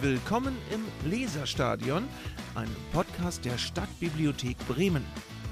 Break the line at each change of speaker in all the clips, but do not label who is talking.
Willkommen im Leserstadion, einem Podcast der Stadtbibliothek Bremen.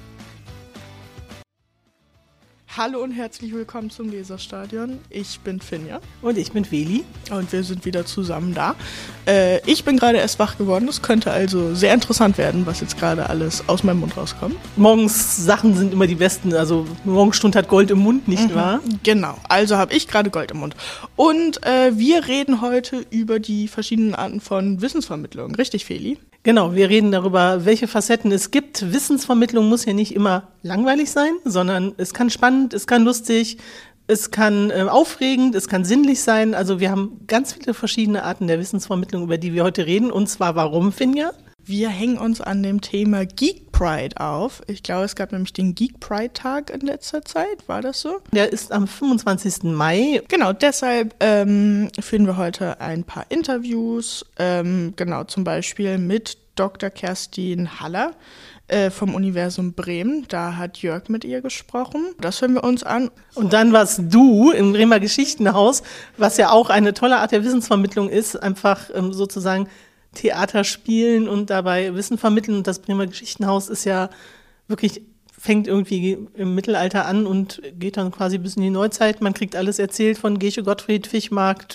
Hallo und herzlich willkommen zum Leserstadion. Ich bin Finja.
Und ich bin Feli.
Und wir sind wieder zusammen da. Ich bin gerade erst wach geworden. Das könnte also sehr interessant werden, was jetzt gerade alles aus meinem Mund rauskommt.
Morgens Sachen sind immer die besten. Also Morgenstund hat Gold im Mund, nicht wahr?
Genau, also habe ich gerade Gold im Mund. Und wir reden heute über die verschiedenen Arten von Wissensvermittlung. Richtig, Feli?
Genau, wir reden darüber, welche Facetten es gibt. Wissensvermittlung muss ja nicht immer langweilig sein, sondern es kann spannend, es kann lustig, es kann aufregend, es kann sinnlich sein. Also wir haben ganz viele verschiedene Arten der Wissensvermittlung, über die wir heute reden. Und zwar warum, Finja?
Wir hängen uns an dem Thema Geek Pride auf. Ich glaube, es gab nämlich den Geek Pride Tag in letzter Zeit. War das so?
Der ist am 25. Mai.
Genau, deshalb führen wir heute ein paar Interviews. Genau, zum Beispiel mit Dr. Kerstin Haller vom Universum Bremen. Da hat Jörg mit ihr gesprochen. Das hören wir uns an.
Und dann warst du im Bremer Geschichtenhaus, was ja auch eine tolle Art der Wissensvermittlung ist, einfach sozusagen Theater spielen und dabei Wissen vermitteln. Und das Bremer Geschichtenhaus ist ja wirklich, fängt irgendwie im Mittelalter an und geht dann quasi bis in die Neuzeit. Man kriegt alles erzählt von Gesche Gottfried, Fischmarkt,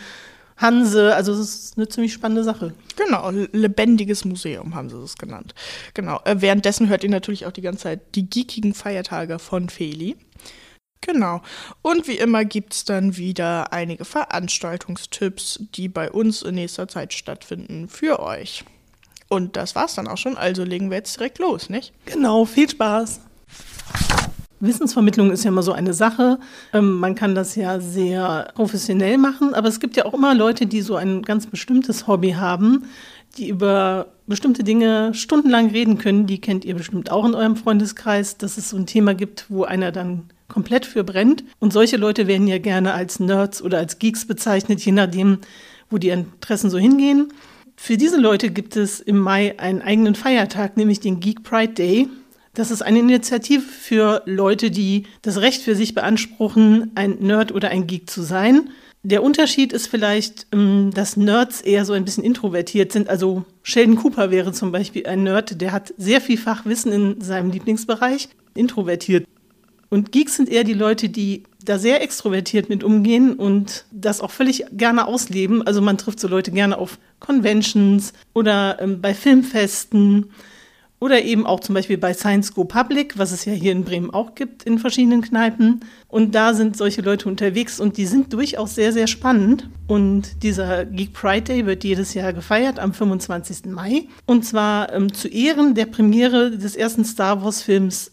Hanse. Also es ist eine ziemlich spannende Sache.
Genau, lebendiges Museum haben sie es genannt. Genau, währenddessen hört ihr natürlich auch die ganze Zeit die geekigen Feiertage von Feli. Genau. Und wie immer gibt es dann wieder einige Veranstaltungstipps, die bei uns in nächster Zeit stattfinden für euch. Und das war's dann auch schon, also legen wir jetzt direkt los, nicht?
Genau, viel Spaß. Wissensvermittlung ist ja immer so eine Sache. Man kann das ja sehr professionell machen, aber es gibt ja auch immer Leute, die so ein ganz bestimmtes Hobby haben, die über bestimmte Dinge stundenlang reden können. Die kennt ihr bestimmt auch in eurem Freundeskreis, dass es so ein Thema gibt, wo einer dann komplett für brennt. Und solche Leute werden ja gerne als Nerds oder als Geeks bezeichnet, je nachdem, wo die Interessen so hingehen. Für diese Leute gibt es im Mai einen eigenen Feiertag, nämlich den Geek Pride Day. Das ist eine Initiative für Leute, die das Recht für sich beanspruchen, ein Nerd oder ein Geek zu sein. Der Unterschied ist vielleicht, dass Nerds eher so ein bisschen introvertiert sind. Also Sheldon Cooper wäre zum Beispiel ein Nerd, der hat sehr viel Fachwissen in seinem Lieblingsbereich, introvertiert. Und Geeks sind eher die Leute, die da sehr extrovertiert mit umgehen und das auch völlig gerne ausleben. Also man trifft so Leute gerne auf Conventions oder bei Filmfesten oder eben auch zum Beispiel bei Science Go Public, was es ja hier in Bremen auch gibt in verschiedenen Kneipen. Und da sind solche Leute unterwegs und die sind durchaus sehr, sehr spannend. Und dieser Geek Pride Day wird jedes Jahr gefeiert am 25. Mai. Und zwar zu Ehren der Premiere des ersten Star Wars Films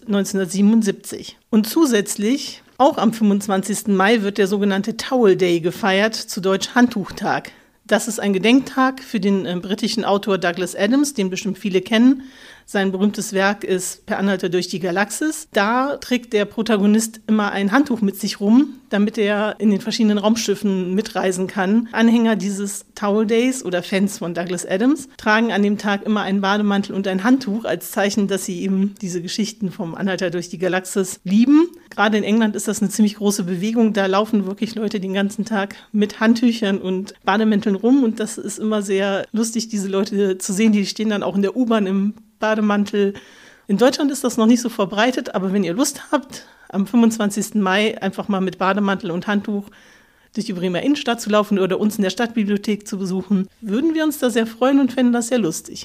1977. Und zusätzlich, auch am 25. Mai, wird der sogenannte Towel Day gefeiert, zu Deutsch Handtuchtag. Das ist ein Gedenktag für den britischen Autor Douglas Adams, den bestimmt viele kennen. Sein berühmtes Werk ist Per Anhalter durch die Galaxis. Da trägt der Protagonist immer ein Handtuch mit sich rum, damit er in den verschiedenen Raumschiffen mitreisen kann. Anhänger dieses Towel Days oder Fans von Douglas Adams tragen an dem Tag immer einen Bademantel und ein Handtuch als Zeichen, dass sie eben diese Geschichten vom Anhalter durch die Galaxis lieben. Gerade in England ist das eine ziemlich große Bewegung. Da laufen wirklich Leute den ganzen Tag mit Handtüchern und Bademänteln rum. Und das ist immer sehr lustig, diese Leute zu sehen. Die stehen dann auch in der U-Bahn im Bademantel. In Deutschland ist das noch nicht so verbreitet, aber wenn ihr Lust habt, am 25. Mai einfach mal mit Bademantel und Handtuch durch die Bremer Innenstadt zu laufen oder uns in der Stadtbibliothek zu besuchen, würden wir uns da sehr freuen und fänden das sehr lustig.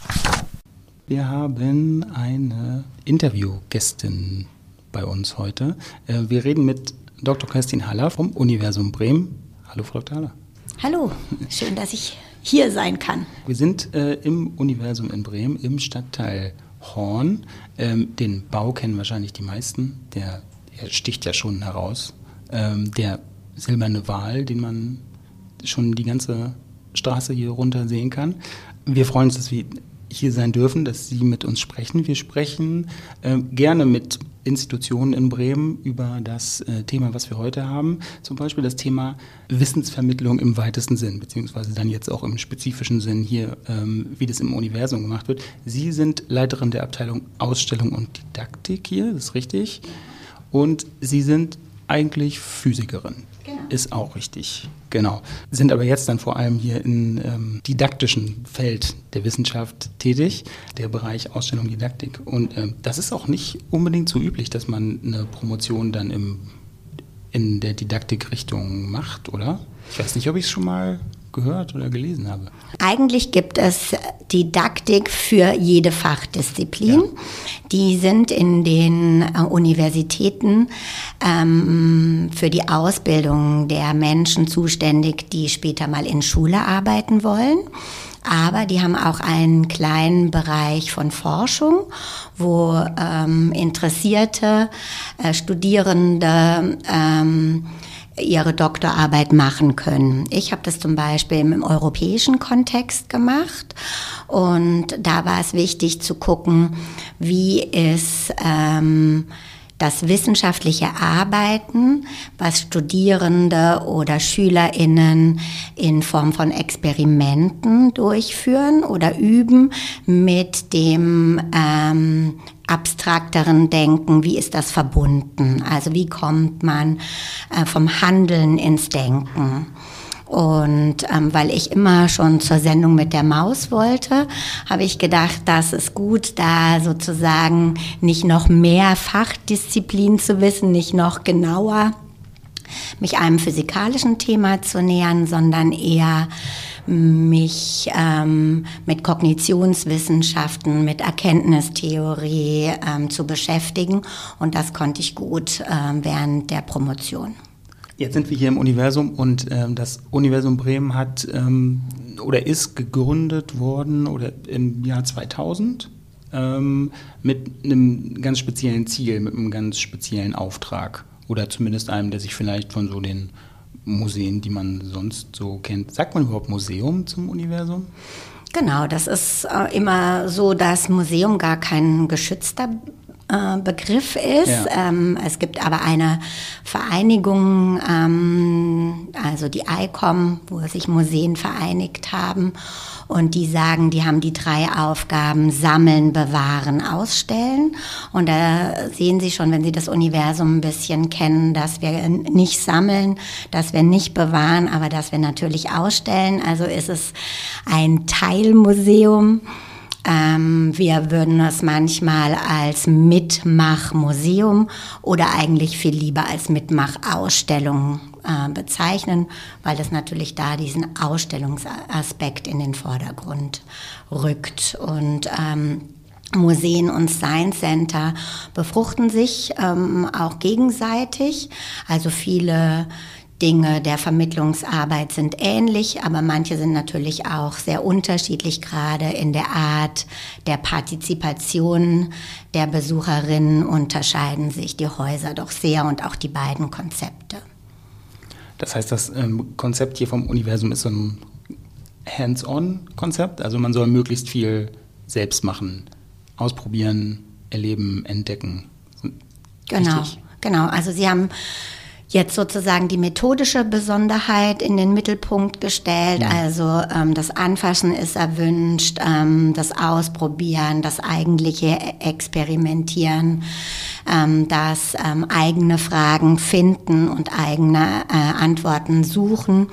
Wir haben eine Interviewgästin bei uns heute. Wir reden mit Dr. Kerstin Haller vom Universum Bremen. Hallo, Frau Dr. Haller.
Hallo, schön, dass ich hier sein kann.
Wir sind im Universum in Bremen, im Stadtteil Horn. Den Bau kennen wahrscheinlich die meisten. Der sticht ja schon heraus. Der silberne Wal, den man schon die ganze Straße hier runter sehen kann. Wir freuen uns, dass wir hier sein dürfen, dass Sie mit uns sprechen. Wir sprechen gerne mit Institutionen in Bremen über das Thema, was wir heute haben. Zum Beispiel das Thema Wissensvermittlung im weitesten Sinn, beziehungsweise dann jetzt auch im spezifischen Sinn hier, wie das im Universum gemacht wird. Sie sind Leiterin der Abteilung Ausstellung und Didaktik hier, das ist richtig. Und Sie sind eigentlich Physikerin.
Genau.
Ist auch richtig. Genau. Sind aber jetzt dann vor allem hier im didaktischen Feld der Wissenschaft tätig, der Bereich Ausstellung Didaktik. Und das ist auch nicht unbedingt so üblich, dass man eine Promotion dann in der Didaktikrichtung macht, oder? Ich weiß nicht, ob ich es schon mal gehört oder gelesen habe.
Eigentlich gibt es Didaktik für jede Fachdisziplin. Ja. Die sind in den Universitäten für die Ausbildung der Menschen zuständig, die später mal in Schule arbeiten wollen. Aber die haben auch einen kleinen Bereich von Forschung, wo interessierte Studierende ihre Doktorarbeit machen können. Ich habe das zum Beispiel im europäischen Kontext gemacht und da war es wichtig zu gucken, wie ist das wissenschaftliche Arbeiten, was Studierende oder SchülerInnen in Form von Experimenten durchführen oder üben mit dem abstrakteren Denken, wie ist das verbunden? Also wie kommt man vom Handeln ins Denken? Und weil ich immer schon zur Sendung mit der Maus wollte, habe ich gedacht, das ist gut, da sozusagen nicht noch mehr Fachdisziplin zu wissen, nicht noch genauer mich einem physikalischen Thema zu nähern, sondern eher mich mit Kognitionswissenschaften, mit Erkenntnistheorie zu beschäftigen. Und das konnte ich gut während der Promotion.
Jetzt sind wir hier im Universum und das Universum Bremen hat oder ist gegründet worden oder im Jahr 2000 mit einem ganz speziellen Ziel, mit einem ganz speziellen Auftrag oder zumindest einem, der sich vielleicht von so den Museen, die man sonst so kennt. Sagt man überhaupt Museum zum Universum?
Genau, das ist immer so, dass Museum gar kein geschützter Begriff ist. Ja. Es gibt aber eine Vereinigung, also die ICOM, wo sich Museen vereinigt haben. Und die sagen, die haben die 3 Aufgaben: Sammeln, Bewahren, Ausstellen. Und da sehen Sie schon, wenn Sie das Universum ein bisschen kennen, dass wir nicht sammeln, dass wir nicht bewahren, aber dass wir natürlich ausstellen. Also ist es ein Teilmuseum. Wir würden es manchmal als Mitmachmuseum oder eigentlich viel lieber als Mitmachausstellung bezeichnen, weil das natürlich da diesen Ausstellungsaspekt in den Vordergrund rückt. Und Museen und Science Center befruchten sich auch gegenseitig. Also viele Dinge der Vermittlungsarbeit sind ähnlich, aber manche sind natürlich auch sehr unterschiedlich, gerade in der Art der Partizipation der Besucherinnen unterscheiden sich die Häuser doch sehr und auch die beiden Konzepte.
Das heißt, das Konzept hier vom Universum ist so ein Hands-on-Konzept, also man soll möglichst viel selbst machen, ausprobieren, erleben, entdecken.
Genau. Also Sie haben jetzt sozusagen die methodische Besonderheit in den Mittelpunkt gestellt. Also das Anfassen ist erwünscht, das Ausprobieren, das eigentliche Experimentieren, das eigene Fragen finden und eigene Antworten suchen.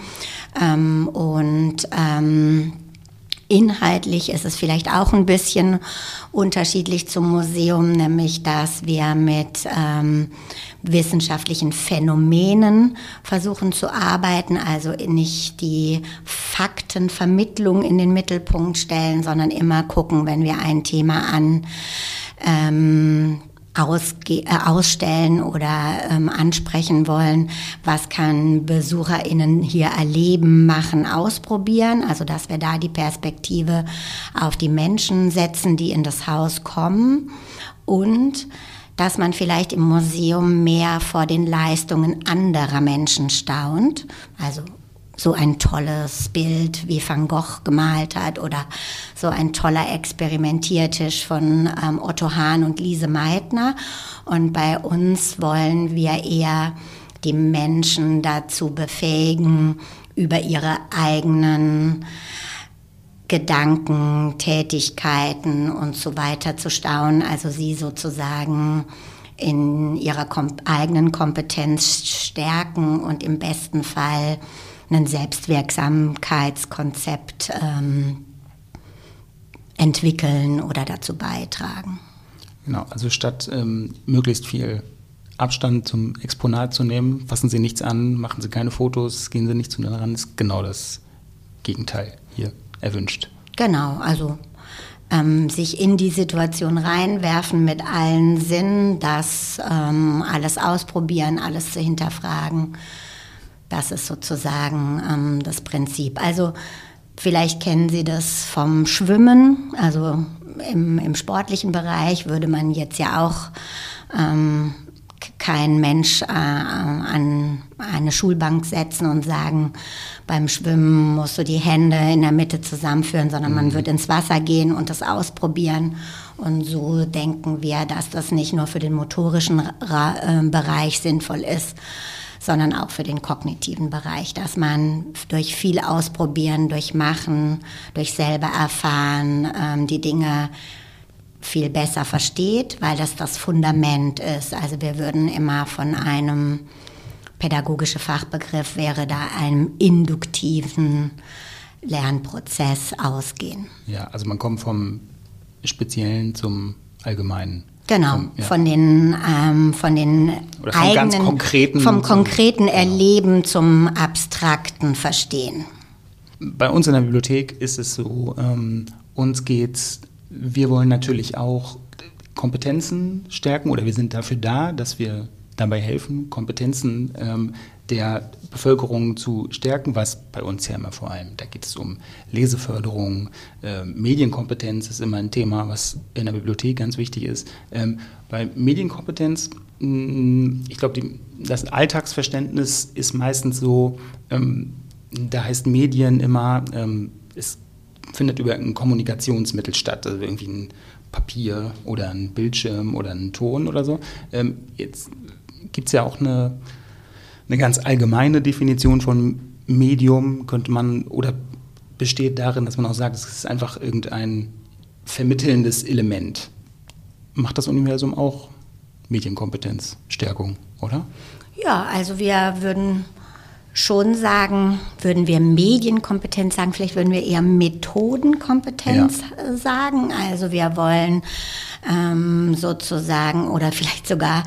Inhaltlich ist es vielleicht auch ein bisschen unterschiedlich zum Museum, nämlich dass wir mit wissenschaftlichen Phänomenen versuchen zu arbeiten, also nicht die Faktenvermittlung in den Mittelpunkt stellen, sondern immer gucken, wenn wir ein Thema ausstellen oder ansprechen wollen, was kann BesucherInnen hier erleben, machen, ausprobieren, also dass wir da die Perspektive auf die Menschen setzen, die in das Haus kommen, und dass man vielleicht im Museum mehr vor den Leistungen anderer Menschen staunt, also so ein tolles Bild wie Van Gogh gemalt hat oder so ein toller Experimentiertisch von Otto Hahn und Lise Meitner. Und bei uns wollen wir eher die Menschen dazu befähigen, über ihre eigenen Gedanken, Tätigkeiten und so weiter zu staunen, also sie sozusagen in ihrer eigenen Kompetenz stärken und im besten Fall ein Selbstwirksamkeitskonzept entwickeln oder dazu beitragen.
Genau, also statt möglichst viel Abstand zum Exponat zu nehmen, fassen Sie nichts an, machen Sie keine Fotos, gehen Sie nicht zu nah ran, ist genau das Gegenteil hier erwünscht.
Genau, also sich in die Situation reinwerfen mit allen Sinnen, das alles ausprobieren, alles zu hinterfragen, das ist sozusagen das Prinzip. Also vielleicht kennen Sie das vom Schwimmen, also im sportlichen Bereich würde man jetzt ja auch kein Mensch an eine Schulbank setzen und sagen, beim Schwimmen musst du die Hände in der Mitte zusammenführen, sondern man wird ins Wasser gehen und das ausprobieren. Und so denken wir, dass das nicht nur für den motorischen Bereich sinnvoll ist, sondern auch für den kognitiven Bereich, dass man durch viel Ausprobieren, durch Machen, durch selber erfahren, die Dinge viel besser versteht, weil das Fundament ist. Also wir würden immer von einem, pädagogischer Fachbegriff wäre da, einem induktiven Lernprozess ausgehen.
Ja, also man kommt vom Speziellen zum Allgemeinen.
Genau, von den
oder vom ganz konkreten,
vom konkreten Erleben zum abstrakten Verstehen.
Bei uns in der Bibliothek ist es so, uns geht's, wir wollen natürlich auch Kompetenzen stärken oder wir sind dafür da, dass wir dabei helfen, Kompetenzen der Bevölkerung zu stärken, was bei uns ja immer vor allem, da geht es um Leseförderung, Medienkompetenz ist immer ein Thema, was in der Bibliothek ganz wichtig ist. Bei Medienkompetenz, ich glaube, das Alltagsverständnis ist meistens so, da heißt Medien immer, es findet über ein Kommunikationsmittel statt, also irgendwie ein Papier oder ein Bildschirm oder ein Ton oder so. Jetzt gibt es ja auch eine ganz allgemeine Definition von Medium, könnte man, oder besteht darin, dass man auch sagt, es ist einfach irgendein vermittelndes Element. Macht das Universum auch Medienkompetenzstärkung, oder?
Ja, also wir würden schon sagen, würden wir Medienkompetenz sagen, vielleicht würden wir eher Methodenkompetenz sagen. Also wir wollen sozusagen oder vielleicht sogar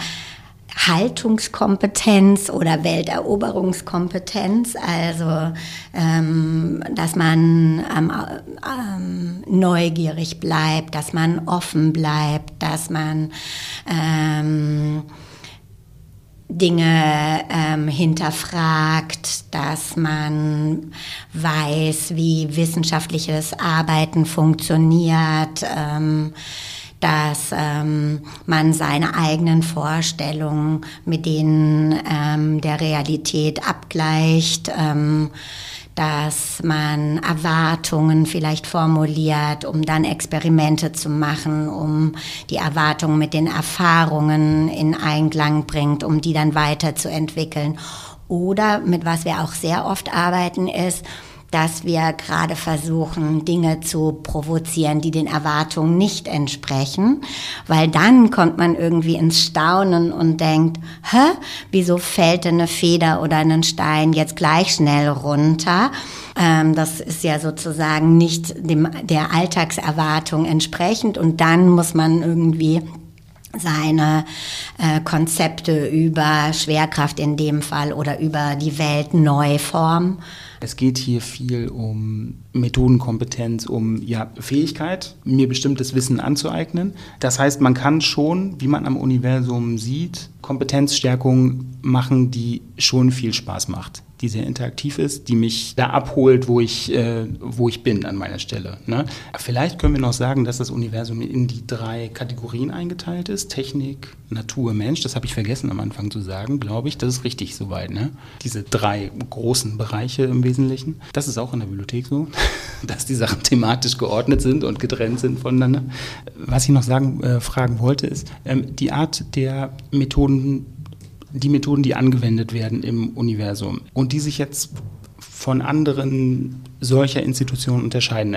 Haltungskompetenz oder Welteroberungskompetenz, also dass man neugierig bleibt, dass man offen bleibt, dass man Dinge hinterfragt, dass man weiß, wie wissenschaftliches Arbeiten funktioniert, dass man seine eigenen Vorstellungen mit denen der Realität abgleicht, dass man Erwartungen vielleicht formuliert, um dann Experimente zu machen, um die Erwartungen mit den Erfahrungen in Einklang bringt, um die dann weiterzuentwickeln. Oder mit was wir auch sehr oft arbeiten ist, dass wir gerade versuchen, Dinge zu provozieren, die den Erwartungen nicht entsprechen, weil dann kommt man irgendwie ins Staunen und denkt, wieso fällt denn eine Feder oder ein Stein jetzt gleich schnell runter? Das ist ja sozusagen nicht der Alltagserwartung entsprechend und dann muss man irgendwie seine Konzepte über Schwerkraft in dem Fall oder über die Welt neu formen.
Es geht hier viel um Methodenkompetenz, um Fähigkeit, mir bestimmtes Wissen anzueignen. Das heißt, man kann schon, wie man am Universum sieht, Kompetenzstärkung machen, die schon viel Spaß macht, die sehr interaktiv ist, die mich da abholt, wo ich bin an meiner Stelle. Ne? Vielleicht können wir noch sagen, dass das Universum in die 3 Kategorien eingeteilt ist. Technik, Natur, Mensch. Das habe ich vergessen am Anfang zu sagen, glaube ich. Das ist richtig soweit. Ne? Diese 3 großen Bereiche im Wesentlichen. Das ist auch in der Bibliothek so, dass die Sachen thematisch geordnet sind und getrennt sind voneinander. Was ich noch fragen wollte, ist die Art der Methoden, die angewendet werden im Universum und die sich jetzt von anderen solcher Institutionen unterscheiden.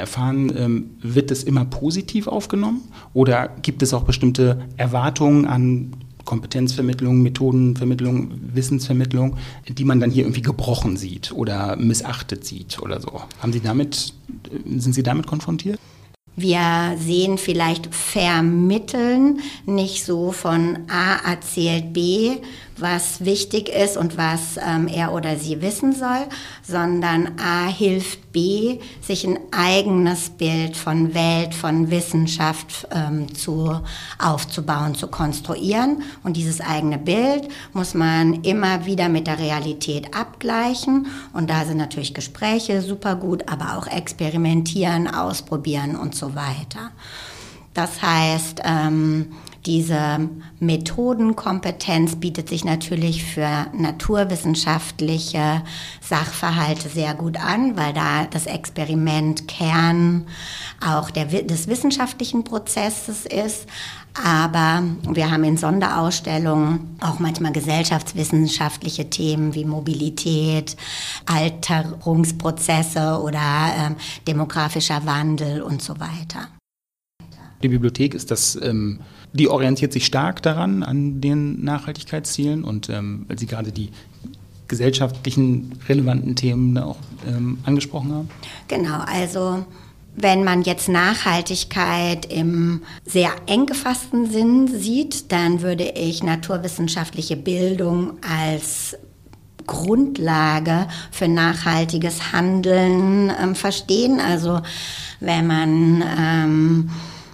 Wird es immer positiv aufgenommen oder gibt es auch bestimmte Erwartungen an Kompetenzvermittlung, Methodenvermittlung, Wissensvermittlung, die man dann hier irgendwie gebrochen sieht oder missachtet sieht oder so. Sind Sie damit konfrontiert?
Wir sehen vielleicht Vermitteln, nicht so von A erzählt B, was wichtig ist und was er oder sie wissen soll, sondern A hilft B, sich ein eigenes Bild von Welt, von Wissenschaft aufzubauen, zu konstruieren. Und dieses eigene Bild muss man immer wieder mit der Realität abgleichen. Und da sind natürlich Gespräche super gut, aber auch experimentieren, ausprobieren und so weiter. Das heißt, diese Methodenkompetenz bietet sich natürlich für naturwissenschaftliche Sachverhalte sehr gut an, weil da das Experiment Kern auch des wissenschaftlichen Prozesses ist. Aber wir haben in Sonderausstellungen auch manchmal gesellschaftswissenschaftliche Themen wie Mobilität, Alterungsprozesse oder demografischer Wandel und so weiter.
Die Bibliothek die orientiert sich stark daran, an den Nachhaltigkeitszielen und weil Sie gerade die gesellschaftlichen relevanten Themen auch angesprochen haben?
Genau, also wenn man jetzt Nachhaltigkeit im sehr eng gefassten Sinn sieht, dann würde ich naturwissenschaftliche Bildung als Grundlage für nachhaltiges Handeln verstehen. Also wenn man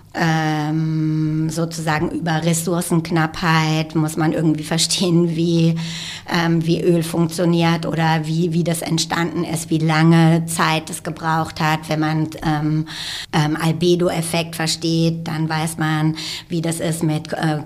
sozusagen über Ressourcenknappheit muss man irgendwie verstehen, wie Öl funktioniert oder wie das entstanden ist, wie lange Zeit es gebraucht hat. Wenn man Albedo-Effekt versteht, dann weiß man, wie das ist mit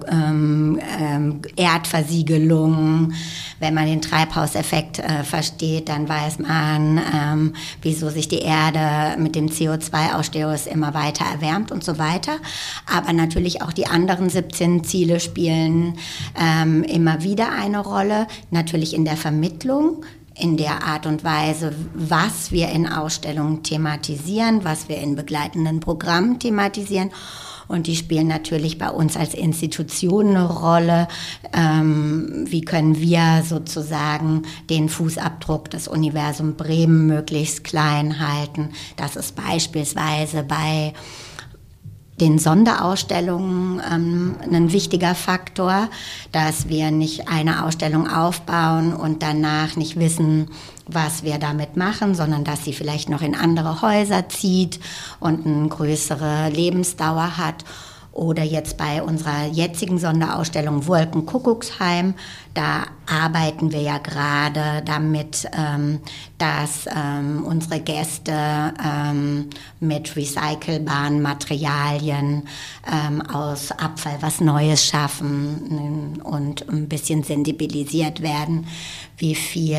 Erdversiegelung. Wenn man den Treibhauseffekt versteht, dann weiß man, wieso sich die Erde mit dem CO2-Ausstoß immer weiter erwärmt und so weiter. Aber natürlich auch die anderen 17 Ziele spielen immer wieder eine Rolle. Natürlich in der Vermittlung, in der Art und Weise, was wir in Ausstellungen thematisieren, was wir in begleitenden Programmen thematisieren. Und die spielen natürlich bei uns als Institution eine Rolle. Wie können wir sozusagen den Fußabdruck des Universum Bremen möglichst klein halten? Das ist beispielsweise bei den Sonderausstellungen ein wichtiger Faktor, dass wir nicht eine Ausstellung aufbauen und danach nicht wissen, was wir damit machen, sondern dass sie vielleicht noch in andere Häuser zieht und eine größere Lebensdauer hat. Oder jetzt bei unserer jetzigen Sonderausstellung Wolkenkuckucksheim, da arbeiten wir ja gerade damit, dass unsere Gäste mit recycelbaren Materialien aus Abfall was Neues schaffen und ein bisschen sensibilisiert werden, wie viel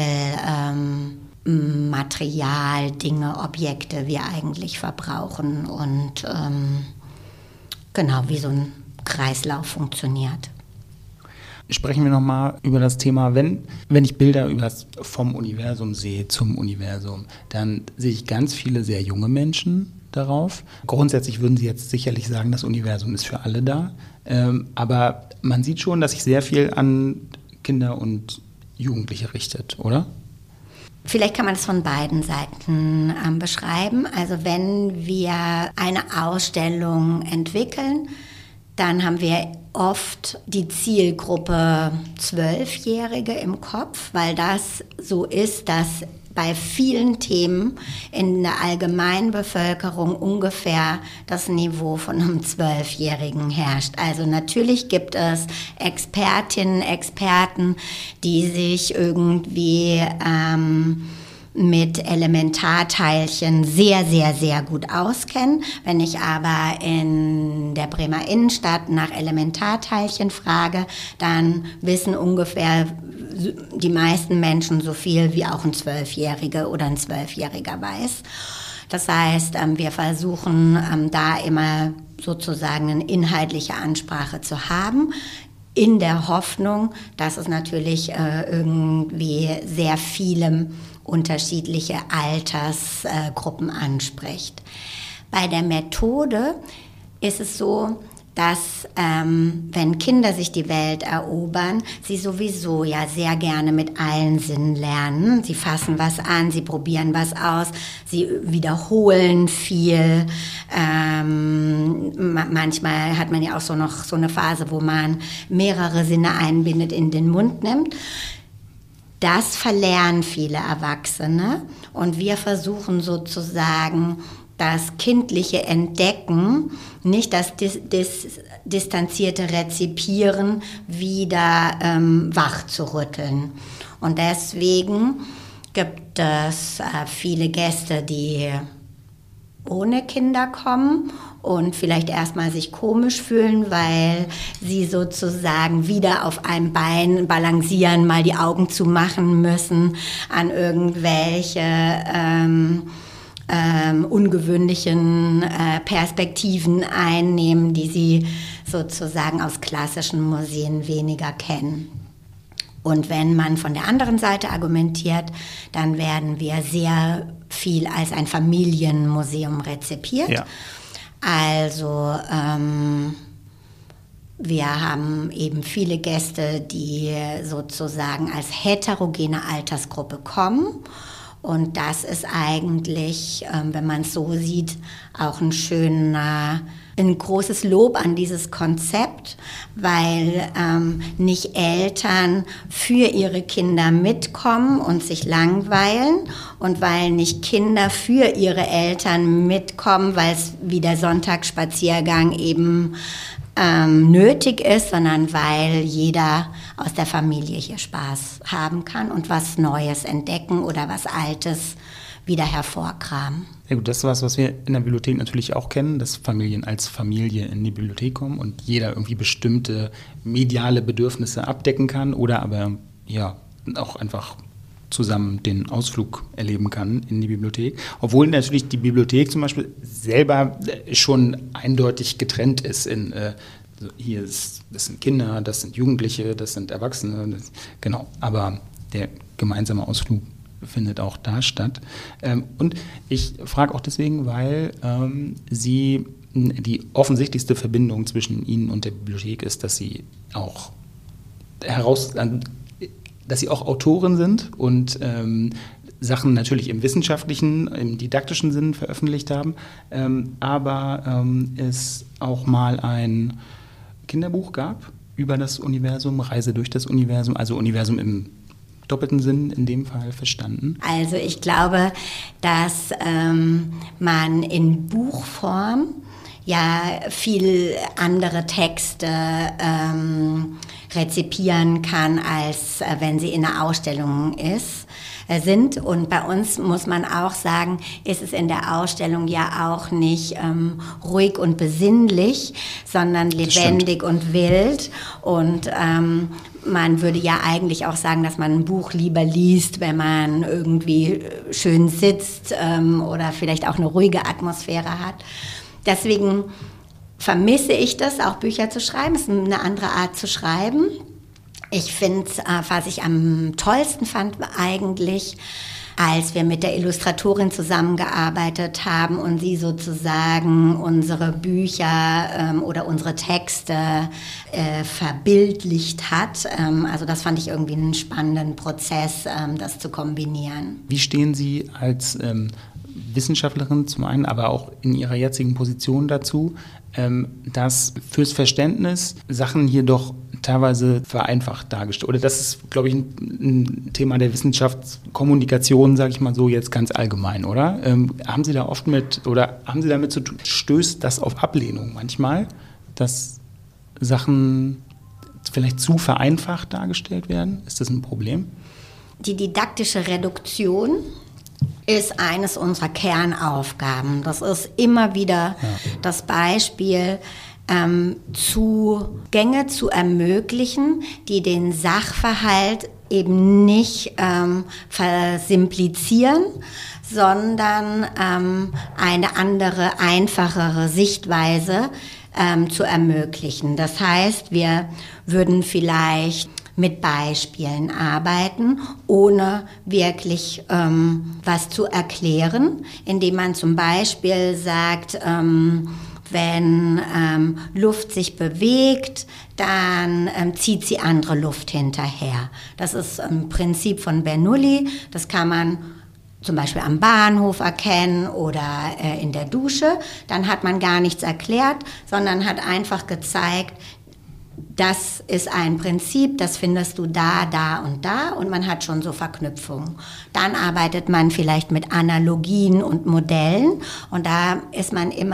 Material, Dinge, Objekte wir eigentlich verbrauchen und genau, wie so ein Kreislauf funktioniert.
Sprechen wir nochmal über das Thema, wenn ich Bilder vom Universum sehe, zum Universum, dann sehe ich ganz viele sehr junge Menschen darauf. Grundsätzlich würden Sie jetzt sicherlich sagen, das Universum ist für alle da. Aber man sieht schon, dass sich sehr viel an Kinder und Jugendliche richtet, oder?
Vielleicht kann man das von beiden Seiten beschreiben. Also wenn wir eine Ausstellung entwickeln, dann haben wir oft die Zielgruppe 12-Jährige im Kopf, weil das so ist, dass bei vielen Themen in der Allgemeinbevölkerung ungefähr das Niveau von einem 12-Jährigen herrscht. Also natürlich gibt es Expertinnen, Experten, die sich irgendwie mit Elementarteilchen sehr, sehr, sehr gut auskennen. Wenn ich aber in der Bremer Innenstadt nach Elementarteilchen frage, dann wissen ungefähr die meisten Menschen so viel, wie auch ein 12-Jähriger oder ein 12-Jähriger weiß. Das heißt, wir versuchen da immer sozusagen eine inhaltliche Ansprache zu haben, in der Hoffnung, dass es natürlich irgendwie sehr viele unterschiedliche Altersgruppen anspricht. Bei der Methode ist es so, dass wenn Kinder sich die Welt erobern, sie sowieso ja sehr gerne mit allen Sinnen lernen. Sie fassen was an, sie probieren was aus, sie wiederholen viel. Manchmal hat man ja auch so noch so eine Phase, wo man mehrere Sinne einbindet, in den Mund nimmt. Das verlernen viele Erwachsene und wir versuchen sozusagen das kindliche Entdecken, nicht das distanzierte Rezipieren wieder wach zu rütteln. Und deswegen gibt es viele Gäste, die ohne Kinder kommen und vielleicht erstmal sich komisch fühlen, weil sie sozusagen wieder auf einem Bein balancieren, mal die Augen zu machen müssen, an irgendwelche ungewöhnlichen Perspektiven einnehmen, die sie sozusagen aus klassischen Museen weniger kennen. Und wenn man von der anderen Seite argumentiert, dann werden wir sehr viel als ein Familienmuseum rezipiert. Ja. Also wir haben eben viele Gäste, die sozusagen als heterogene Altersgruppe kommen. Und das ist eigentlich, wenn man es so sieht, auch ein großes Lob an dieses Konzept, weil nicht Eltern für ihre Kinder mitkommen und sich langweilen und weil nicht Kinder für ihre Eltern mitkommen, weil es wie der Sonntagsspaziergang eben nötig ist, sondern weil jeder aus der Familie hier Spaß haben kann und was Neues entdecken oder was Altes wieder hervorkramen.
Ja gut, das ist was wir in der Bibliothek natürlich auch kennen, dass Familien als Familie in die Bibliothek kommen und jeder irgendwie bestimmte mediale Bedürfnisse abdecken kann oder aber ja auch einfach zusammen den Ausflug erleben kann in die Bibliothek. Obwohl natürlich die Bibliothek zum Beispiel selber schon eindeutig getrennt ist in das sind Kinder, das sind Jugendliche, das sind Erwachsene, genau. Aber der gemeinsame Ausflug findet auch da statt. Und ich frage auch deswegen, weil die offensichtlichste Verbindung zwischen Ihnen und der Bibliothek ist, dass Sie auch Autoren sind und Sachen natürlich im wissenschaftlichen, im didaktischen Sinn veröffentlicht haben, aber es auch mal ein Kinderbuch gab über das Universum, Reise durch das Universum, also Universum im doppelten Sinn in dem Fall verstanden.
Also ich glaube, dass man in Buchform ja viel andere Texte rezipieren kann, als wenn sie in einer Ausstellung sind. Und bei uns muss man auch sagen, ist es in der Ausstellung ja auch nicht ruhig und besinnlich, sondern lebendig und wild. Und man würde ja eigentlich auch sagen, dass man ein Buch lieber liest, wenn man irgendwie schön sitzt oder vielleicht auch eine ruhige Atmosphäre hat. Deswegen vermisse ich das, auch Bücher zu schreiben. Es ist eine andere Art zu schreiben. Ich finde, was ich am tollsten fand eigentlich, als wir mit der Illustratorin zusammengearbeitet haben und sie sozusagen unsere Bücher oder unsere Texte verbildlicht hat. Also das fand ich irgendwie einen spannenden Prozess, das zu kombinieren.
Wie stehen Sie als Wissenschaftlerin zum einen, aber auch in Ihrer jetzigen Position dazu, dass fürs Verständnis Sachen hier doch teilweise vereinfacht dargestellt. Oder das ist, glaube ich, ein Thema der Wissenschaftskommunikation, sage ich mal so, jetzt ganz allgemein, oder? Haben Sie da oft haben Sie damit zu tun, stößt das auf Ablehnung manchmal, dass Sachen vielleicht zu vereinfacht dargestellt werden? Ist das ein Problem?
Die didaktische Reduktion ist eines unserer Kernaufgaben. Das ist immer wieder das Beispiel, Zugänge zu ermöglichen, die den Sachverhalt eben nicht versimplizieren, sondern eine andere, einfachere Sichtweise zu ermöglichen. Das heißt, wir würden vielleicht mit Beispielen arbeiten, ohne wirklich was zu erklären, indem man zum Beispiel sagt, Wenn Luft sich bewegt, dann zieht sie andere Luft hinterher. Das ist ein Prinzip von Bernoulli. Das kann man zum Beispiel am Bahnhof erkennen oder in der Dusche. Dann hat man gar nichts erklärt, sondern hat einfach gezeigt, das ist ein Prinzip, das findest du da, da und da, und man hat schon so Verknüpfungen. Dann arbeitet man vielleicht mit Analogien und Modellen, und da ist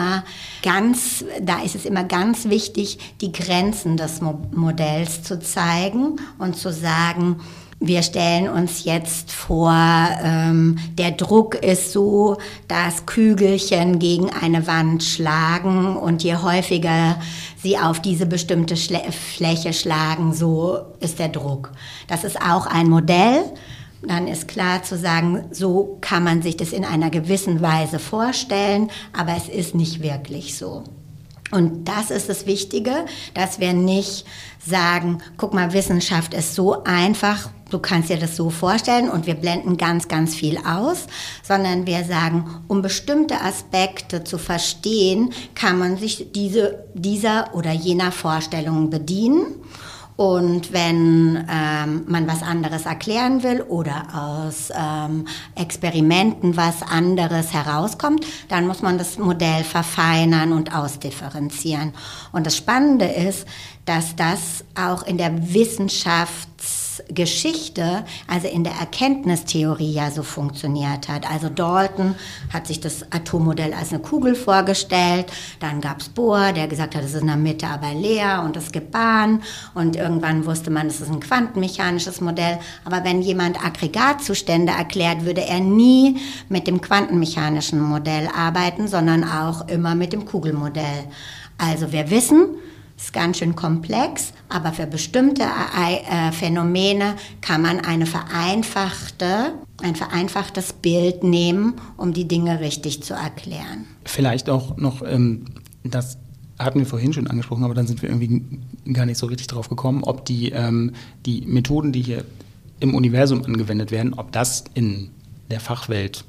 es immer ganz wichtig, die Grenzen des Modells zu zeigen und zu sagen, wir stellen uns jetzt vor, der Druck ist so, dass Kügelchen gegen eine Wand schlagen, und je häufiger sie auf diese bestimmte Fläche schlagen, so ist der Druck. Das ist auch ein Modell. Dann ist klar zu sagen, so kann man sich das in einer gewissen Weise vorstellen, aber es ist nicht wirklich so. Und das ist das Wichtige, dass wir nicht sagen, guck mal, Wissenschaft ist so einfach, du kannst dir das so vorstellen und wir blenden ganz, ganz viel aus, sondern wir sagen, um bestimmte Aspekte zu verstehen, kann man sich dieser oder jener Vorstellung bedienen. Und wenn man was anderes erklären will oder aus Experimenten was anderes herauskommt, dann muss man das Modell verfeinern und ausdifferenzieren. Und das Spannende ist, dass das auch in der Wissenschaftsgeschichte, also in der Erkenntnistheorie ja so funktioniert hat. Also Dalton hat sich das Atommodell als eine Kugel vorgestellt, dann gab es Bohr, der gesagt hat, es ist in der Mitte aber leer und es gibt Bahn, und irgendwann wusste man, es ist ein quantenmechanisches Modell. Aber wenn jemand Aggregatzustände erklärt, würde er nie mit dem quantenmechanischen Modell arbeiten, sondern auch immer mit dem Kugelmodell. Also wir wissen, es ist ganz schön komplex, aber für bestimmte Phänomene kann man ein vereinfachtes Bild nehmen, um die Dinge richtig zu erklären.
Vielleicht auch noch, das hatten wir vorhin schon angesprochen, aber dann sind wir irgendwie gar nicht so richtig drauf gekommen, ob die Methoden, die hier im Universum angewendet werden, ob das in der Fachwelt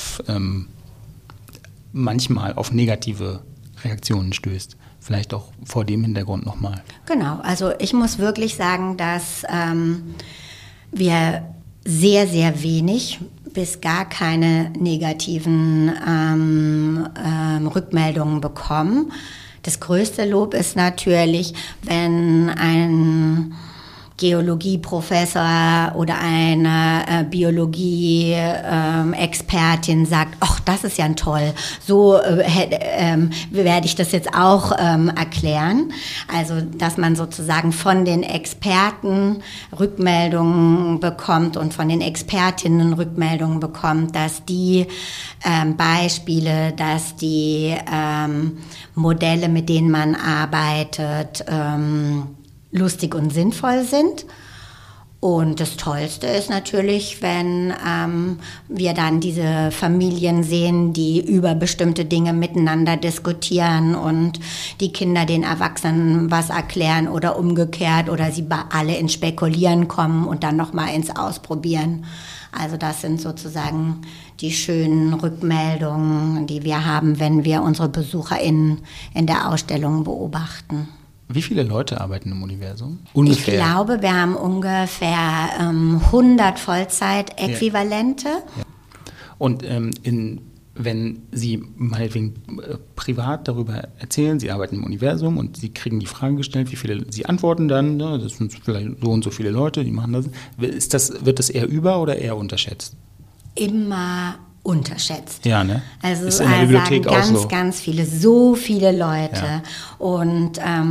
manchmal auf negative Reaktionen stößt. Vielleicht auch vor dem Hintergrund nochmal.
Genau, also ich muss wirklich sagen, dass wir sehr, sehr wenig bis gar keine negativen Rückmeldungen bekommen. Das größte Lob ist natürlich, wenn ein Geologieprofessor oder eine Biologie-Expertin sagt, ach, das ist ja toll, so werde ich das jetzt auch erklären. Also, dass man sozusagen von den Experten Rückmeldungen bekommt und von den Expertinnen Rückmeldungen bekommt, dass die Beispiele, dass die Modelle, mit denen man arbeitet, lustig und sinnvoll sind. Und das Tollste ist natürlich, wenn wir dann diese Familien sehen, die über bestimmte Dinge miteinander diskutieren und die Kinder den Erwachsenen was erklären oder umgekehrt, oder sie alle ins Spekulieren kommen und dann nochmal ins Ausprobieren. Also das sind sozusagen die schönen Rückmeldungen, die wir haben, wenn wir unsere BesucherInnen in der Ausstellung beobachten.
Wie viele Leute arbeiten im Universum? Ungefähr.
Ich glaube, wir haben ungefähr 100 Vollzeit-Äquivalente.
Ja. Und wenn Sie meinetwegen privat darüber erzählen, Sie arbeiten im Universum und Sie kriegen die Frage gestellt, wie viele Sie antworten dann, ne, das sind vielleicht so und so viele Leute, die machen das. Wird das eher über- oder eher unterschätzt?
Immer unterschätzt.
Ja, ne?
Also
ist in der Bibliothek
sagen
auch
ganz,
so.
ganz viele Leute. Ja. Und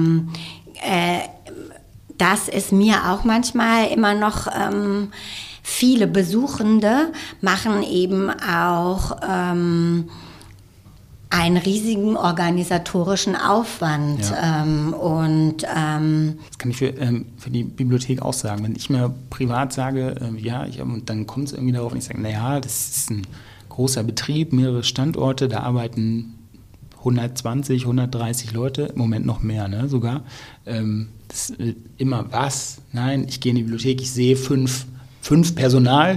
das ist mir auch manchmal immer noch, viele Besuchende machen eben auch einen riesigen organisatorischen Aufwand.
Ja.
Das
kann ich für die Bibliothek auch sagen. Wenn ich mir privat sage, und dann kommt es irgendwie darauf und ich sage, naja, das ist ein großer Betrieb, mehrere Standorte, da arbeiten 120, 130 Leute, im Moment noch mehr, ne, sogar. Das ist immer was? Nein, ich gehe in die Bibliothek, ich sehe fünf Personal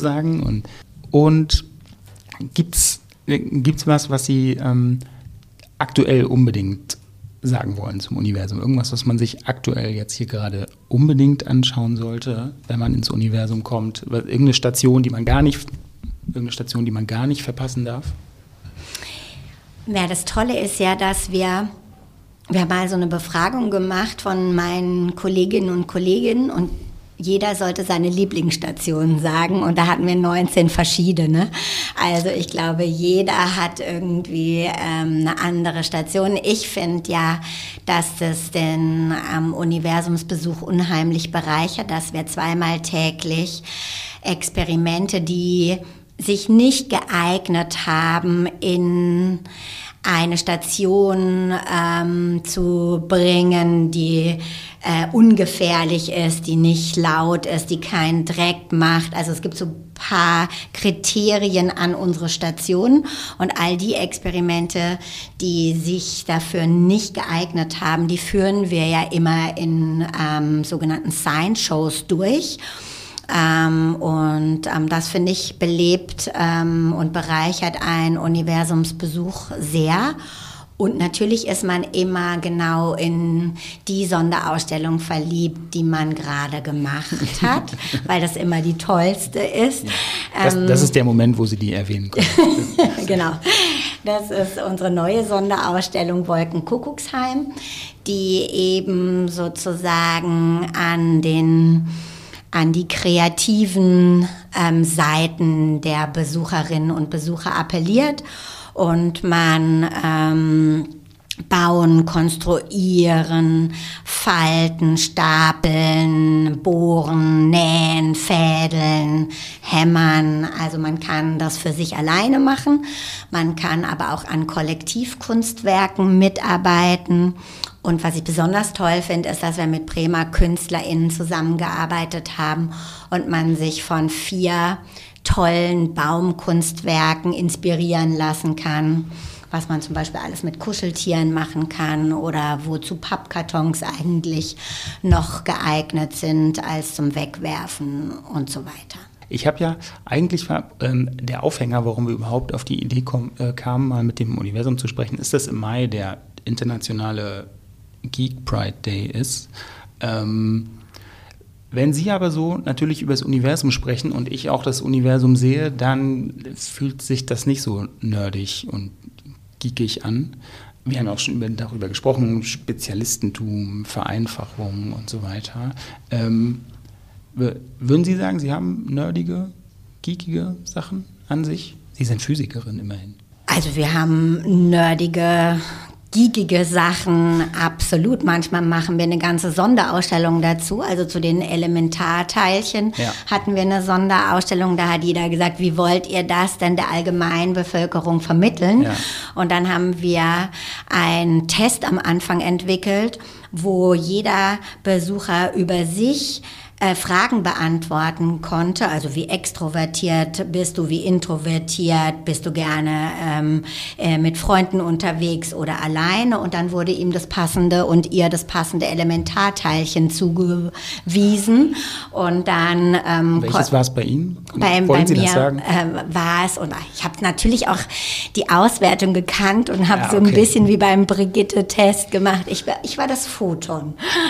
sozusagen. Und gibt's was Sie aktuell unbedingt sagen wollen zum Universum? Irgendwas, was man sich aktuell jetzt hier gerade unbedingt anschauen sollte, wenn man ins Universum kommt? Irgendeine Station, die man gar nicht verpassen darf?
Ja, das Tolle ist ja, dass wir haben mal so eine Befragung gemacht von meinen Kolleginnen und Kollegen und jeder sollte seine Lieblingsstation sagen und da hatten wir 19 verschiedene. Also ich glaube, jeder hat irgendwie eine andere Station. Ich finde ja, dass das den Universumsbesuch unheimlich bereichert, dass wir 2-mal täglich Experimente, die sich nicht geeignet haben, in eine Station zu bringen, die ungefährlich ist, die nicht laut ist, die keinen Dreck macht. Also es gibt so ein paar Kriterien an unsere Station und all die Experimente, die sich dafür nicht geeignet haben, die führen wir ja immer in sogenannten Science-Shows durch. Das finde ich belebt und bereichert einen Universumsbesuch sehr. Und natürlich ist man immer genau in die Sonderausstellung verliebt, die man gerade gemacht hat, weil das immer die tollste ist.
Das ist der Moment, wo Sie die erwähnen können.
Genau. Das ist unsere neue Sonderausstellung Wolkenkuckucksheim, die eben sozusagen an die kreativen Seiten der Besucherinnen und Besucher appelliert und man bauen, konstruieren, falten, stapeln, bohren, nähen, fädeln, hämmern. Also man kann das für sich alleine machen, man kann aber auch an Kollektivkunstwerken mitarbeiten. Und was ich besonders toll finde, ist, dass wir mit Bremer KünstlerInnen zusammengearbeitet haben und man sich von 4 tollen Baumkunstwerken inspirieren lassen kann, was man zum Beispiel alles mit Kuscheltieren machen kann oder wozu Pappkartons eigentlich noch geeignet sind als zum Wegwerfen und so weiter.
Ich habe ja eigentlich der Aufhänger, warum wir überhaupt auf die Idee kamen, mal mit dem Universum zu sprechen, ist, dass im Mai der internationale Geek Pride Day ist. Wenn Sie aber so natürlich über das Universum sprechen und ich auch das Universum sehe, dann fühlt sich das nicht so nerdig und geekig an. Wir haben auch schon darüber gesprochen, Spezialistentum, Vereinfachung und so weiter. Würden Sie sagen, Sie haben nerdige, geekige Sachen an sich? Sie sind Physikerin immerhin.
Also wir haben nerdige, geekige Sachen, absolut. Manchmal machen wir eine ganze Sonderausstellung dazu. Also zu den Elementarteilchen hatten wir eine Sonderausstellung. Da hat jeder gesagt, wie wollt ihr das denn der allgemeinen Bevölkerung vermitteln? Ja. Und dann haben wir einen Test am Anfang entwickelt, wo jeder Besucher über sich Fragen beantworten konnte, also wie extrovertiert bist du, wie introvertiert, bist du gerne mit Freunden unterwegs oder alleine, und dann wurde ihm das passende und ihr das passende Elementarteilchen zugewiesen und dann...
Welches war es bei Ihnen?
Bei mir war es, und ich habe natürlich auch die Auswertung gekannt und habe so ein bisschen wie beim Brigitte-Test gemacht. Ich war das Photon.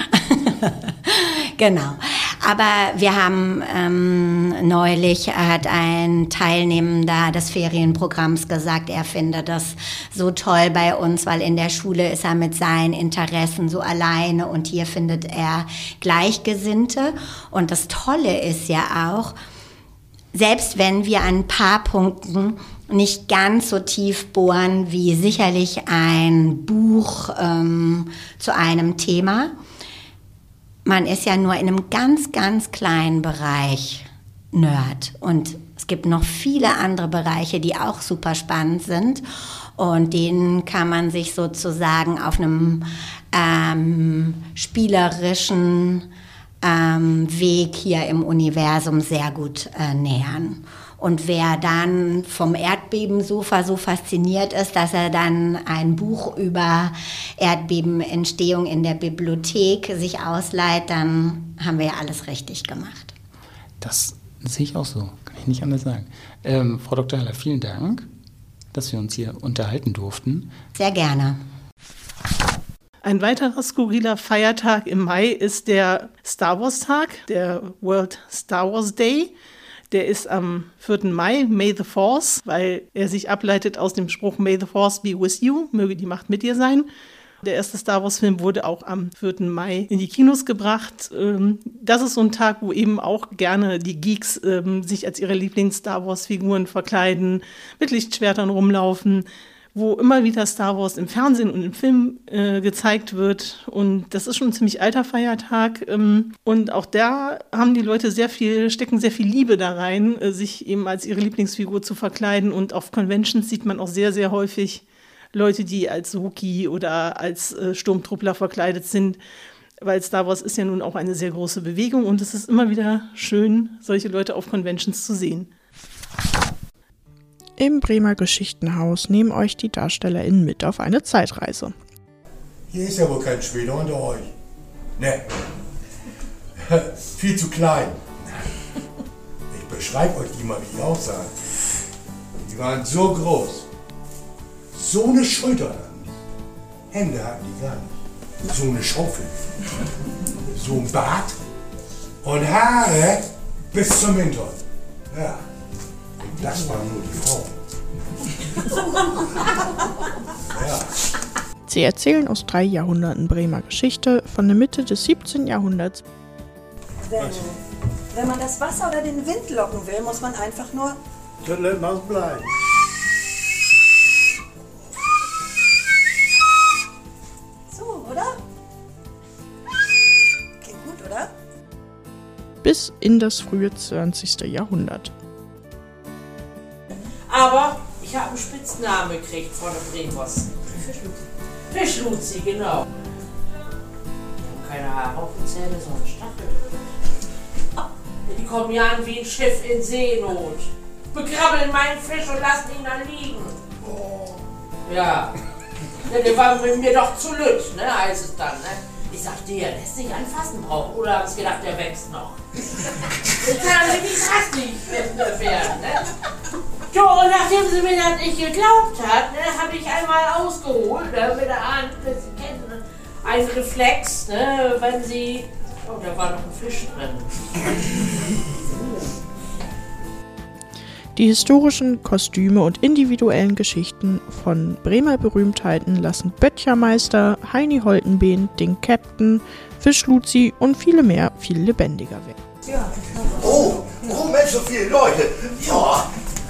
Genau. Aber wir haben neulich, hat ein Teilnehmender des Ferienprogramms gesagt, er findet das so toll bei uns, weil in der Schule ist er mit seinen Interessen so alleine und hier findet er Gleichgesinnte. Und das Tolle ist ja auch, selbst wenn wir an ein paar Punkten nicht ganz so tief bohren wie sicherlich ein Buch zu einem Thema, man ist ja nur in einem ganz, ganz kleinen Bereich Nerd. Und es gibt noch viele andere Bereiche, die auch super spannend sind. Und denen kann man sich sozusagen auf einem spielerischen Weg hier im Universum sehr gut nähern. Und wer dann vom Erdbebensofa so fasziniert ist, dass er dann ein Buch über Erdbebenentstehung in der Bibliothek sich ausleiht, dann haben wir ja alles richtig gemacht.
Das sehe ich auch so, kann ich nicht anders sagen. Frau Dr. Haller, vielen Dank, dass wir uns hier unterhalten durften.
Sehr gerne.
Ein weiterer skurriler Feiertag im Mai ist der Star Wars Tag, der World Star Wars Day. Der ist am 4. Mai, May the Force, weil er sich ableitet aus dem Spruch May the Force be with you, möge die Macht mit dir sein. Der erste Star Wars-Film wurde auch am 4. Mai in die Kinos gebracht. Das ist so ein Tag, wo eben auch gerne die Geeks sich als ihre Lieblings-Star Wars-Figuren verkleiden, mit Lichtschwertern rumlaufen, wo immer wieder Star Wars im Fernsehen und im Film gezeigt wird. Und das ist schon ein ziemlich alter Feiertag. Und auch da haben die Leute stecken sehr viel Liebe da rein, sich eben als ihre Lieblingsfigur zu verkleiden. Und auf Conventions sieht man auch sehr, sehr häufig Leute, die als Wookiee oder als Sturmtruppler verkleidet sind. Weil Star Wars ist ja nun auch eine sehr große Bewegung. Und es ist immer wieder schön, solche Leute auf Conventions zu sehen.
Im Bremer Geschichtenhaus nehmen euch die DarstellerInnen mit auf eine Zeitreise.
Hier ist ja wohl kein Schwede unter euch. Ne. Viel zu klein. Ich beschreibe euch die mal, wie die aussahen. Die waren so groß. So eine Schulter hatten die. Hände hatten die gar nicht. So eine Schaufel. So ein Bart. Und Haare bis zum Hintern. Ja. Das waren nur die Frauen. Ja.
Sie erzählen aus 3 Jahrhunderten Bremer Geschichte von der Mitte des 17. Jahrhunderts.
Wenn man das Wasser oder den Wind locken will, muss man einfach nur...
Dann lässt man es bleiben.
So, oder? Klingt gut, oder?
Bis in das frühe 20. Jahrhundert.
Aber ich habe einen Spitznamen gekriegt von den Bremers. Fischluzi, genau. Die haben keine Haare auf den Zähnen, sondern Stachel. Die kommen ja an wie ein Schiff in Seenot. Bekrabbeln meinen Fisch und lassen ihn dann liegen. Ja. Ja, der war mit mir doch zu lütt, ne, heißt es dann, ne? Ich sagte, der lässt sich anfassen brauchen. Oder haben sie gedacht, der wächst noch? Das kann aber nicht hastig werden, ne? So, und nachdem sie mir das nicht geglaubt hat, ne, habe ich einmal ausgeholt, ne, mit der Hand, Sie kennen einen Reflex, ne, wenn sie... Oh, da war noch ein Fisch drin.
Die historischen Kostüme und individuellen Geschichten von Bremer Berühmtheiten lassen Böttchermeister, Heini Holtenbehn, den Captain, Fischluzi und viele mehr viel lebendiger werden.
Oh, Mensch, so viele Leute. Ja,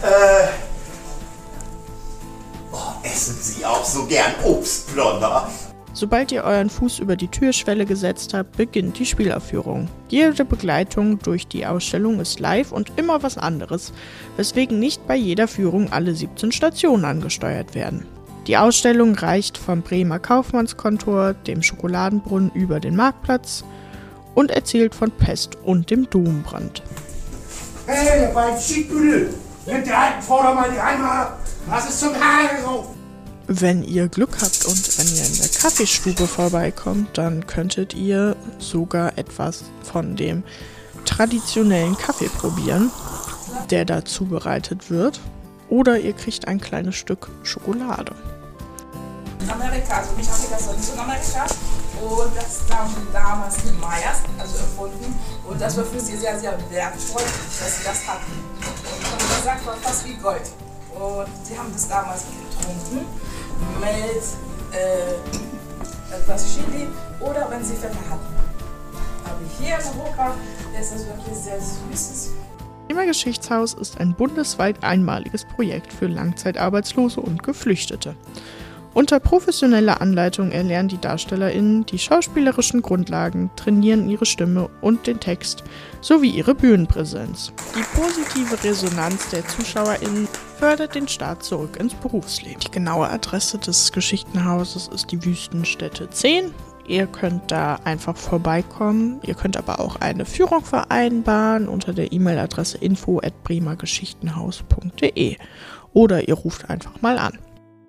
essen Sie auch so gern Obstblonder?
Sobald ihr euren Fuß über die Türschwelle gesetzt habt, beginnt die Spielaufführung. Jede Begleitung durch die Ausstellung ist live und immer was anderes, weswegen nicht bei jeder Führung alle 17 Stationen angesteuert werden. Die Ausstellung reicht vom Bremer Kaufmannskontor, dem Schokoladenbrunnen über den Marktplatz und erzählt von Pest und dem Dombrand.
Hey, ihr beiden Schiedbüdel! Nehmt der alten Frau doch mal die Eimer ab! Was ist zum Haare rauf?
Wenn ihr Glück habt und wenn ihr in der Kaffeestube vorbeikommt, dann könntet ihr sogar etwas von dem traditionellen Kaffee probieren, der da zubereitet wird. Oder ihr kriegt ein kleines Stück Schokolade.
Amerika, also nicht Afrika, sondern Südamerika. Und das haben damals die Mayas erfunden. Und das war für sie sehr, sehr wertvoll, dass sie das hatten. Und das sagt man fast wie Gold. Und sie haben das damals getrunken mit etwas Chili oder wenn sie Pfeffer hatten. Aber hier in Europa ist das wirklich sehr süßes.
Bremer Geschichtshaus ist ein bundesweit einmaliges Projekt für Langzeitarbeitslose und Geflüchtete. Unter professioneller Anleitung erlernen die DarstellerInnen die schauspielerischen Grundlagen, trainieren ihre Stimme und den Text sowie ihre Bühnenpräsenz. Die positive Resonanz der ZuschauerInnen fördert den Start zurück ins Berufsleben. Die genaue Adresse des Geschichtenhauses ist die Wüstenstätte 10. Ihr könnt da einfach vorbeikommen. Ihr könnt aber auch eine Führung vereinbaren unter der E-Mail-Adresse info@bremergeschichtenhaus.de oder ihr ruft einfach mal an.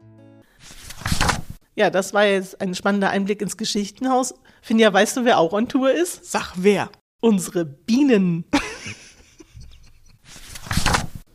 Ja, das war jetzt ein spannender Einblick ins Geschichtenhaus. Finja, weißt du, wer auch on Tour ist?
Sag wer?
Unsere Bienen.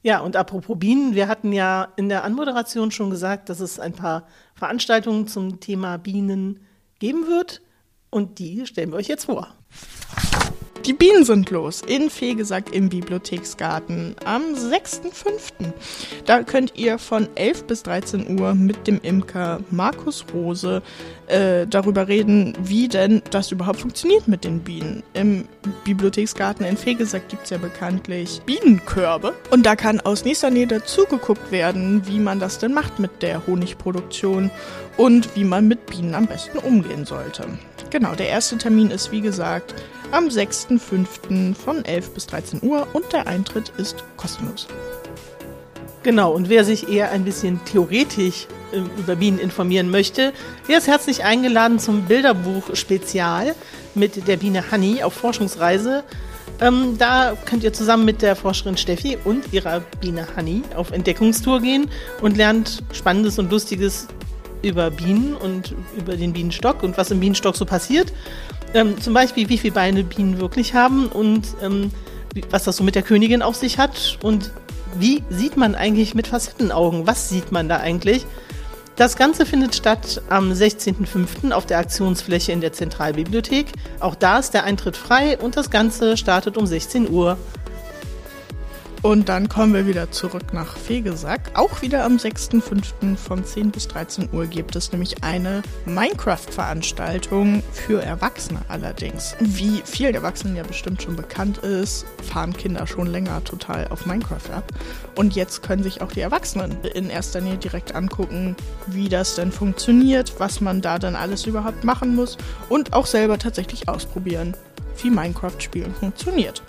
Ja, und apropos Bienen, wir hatten ja in der Anmoderation schon gesagt, dass es ein paar Veranstaltungen zum Thema Bienen geben wird. Und die stellen wir euch jetzt vor.
Die Bienen sind los in Fegesack im Bibliotheksgarten am 6.5. Da könnt ihr von 11 bis 13 Uhr mit dem Imker Markus Rose darüber reden, wie denn das überhaupt funktioniert mit den Bienen. Im Bibliotheksgarten in Fegesack gibt es ja bekanntlich Bienenkörbe. Und da kann aus nächster Nähe dazugeguckt werden, wie man das denn macht mit der Honigproduktion und wie man mit Bienen am besten umgehen sollte. Genau, der erste Termin ist wie gesagt am 6.5. von 11 bis 13 Uhr und der Eintritt ist kostenlos.
Genau, und wer sich eher ein bisschen theoretisch über Bienen informieren möchte, der ist herzlich eingeladen zum Bilderbuch-Spezial mit der Biene Hanni auf Forschungsreise. Da könnt ihr zusammen mit der Forscherin Steffi und ihrer Biene Hanni auf Entdeckungstour gehen und lernt Spannendes und Lustiges über Bienen und über den Bienenstock und was im Bienenstock so passiert. Zum Beispiel, wie viele Beine Bienen wirklich haben und was das so mit der Königin auf sich hat und wie sieht man eigentlich mit Facettenaugen? Was sieht man da eigentlich? Das Ganze findet statt am 16.05. auf der Aktionsfläche in der Zentralbibliothek. Auch da ist der Eintritt frei und das Ganze startet um 16 Uhr.
Und dann kommen wir wieder zurück nach Fegesack. Auch wieder am 6.5. von 10 bis 13 Uhr gibt es nämlich eine Minecraft-Veranstaltung für Erwachsene allerdings. Wie vielen Erwachsenen ja bestimmt schon bekannt ist, fahren Kinder schon länger total auf Minecraft ab. Und jetzt können sich auch die Erwachsenen in erster Nähe direkt angucken, wie das denn funktioniert, was man da dann alles überhaupt machen muss und auch selber tatsächlich ausprobieren, wie Minecraft-Spielen funktioniert.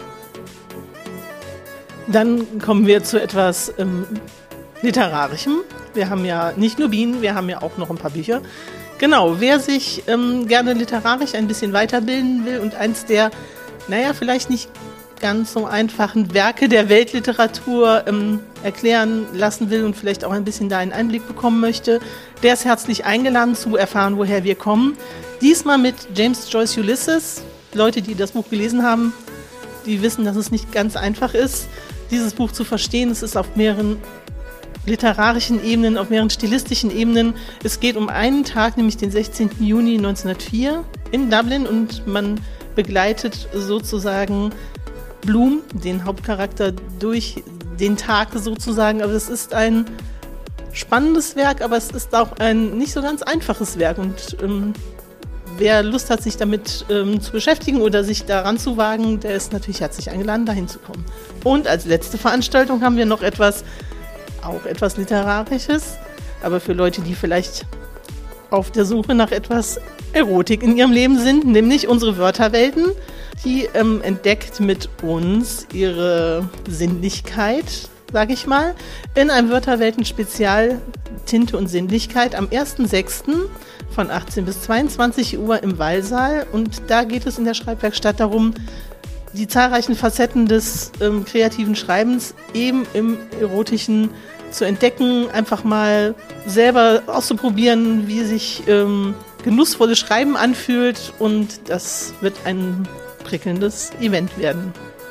Dann kommen wir zu etwas Literarischem. Wir haben ja nicht nur Bienen, wir haben ja auch noch ein paar Bücher. Genau, wer sich gerne literarisch ein bisschen weiterbilden will und eins der, vielleicht nicht ganz so einfachen Werke der Weltliteratur erklären lassen will und vielleicht auch ein bisschen da einen Einblick bekommen möchte, der ist herzlich eingeladen zu erfahren, woher wir kommen. Diesmal mit James Joyce Ulysses. Leute, die das Buch gelesen haben, die wissen, dass es nicht ganz einfach ist, dieses Buch zu verstehen. Es ist auf mehreren literarischen Ebenen, auf mehreren stilistischen Ebenen. Es geht um einen Tag, nämlich den 16. Juni 1904 in Dublin und man begleitet sozusagen Bloom, den Hauptcharakter, durch den Tag sozusagen. Aber es ist ein spannendes Werk, aber es ist auch ein nicht so ganz einfaches Werk und wer Lust hat, sich damit zu beschäftigen oder sich daran zu wagen, der ist natürlich herzlich eingeladen, dahin zu kommen. Und als letzte Veranstaltung haben wir noch etwas Literarisches, aber für Leute, die vielleicht auf der Suche nach etwas Erotik in ihrem Leben sind, nämlich unsere Wörterwelten, die entdeckt mit uns ihre Sinnlichkeit, sage ich mal, in einem Wörterwelten-Spezial Tinte und Sinnlichkeit am 1.6. von 18 bis 22 Uhr im Wallsaal. Und da geht es in der Schreibwerkstatt darum, die zahlreichen Facetten des kreativen Schreibens eben im Erotischen zu entdecken, einfach mal selber auszuprobieren, wie sich genussvolles Schreiben anfühlt. Und das wird ein prickelndes Event werden.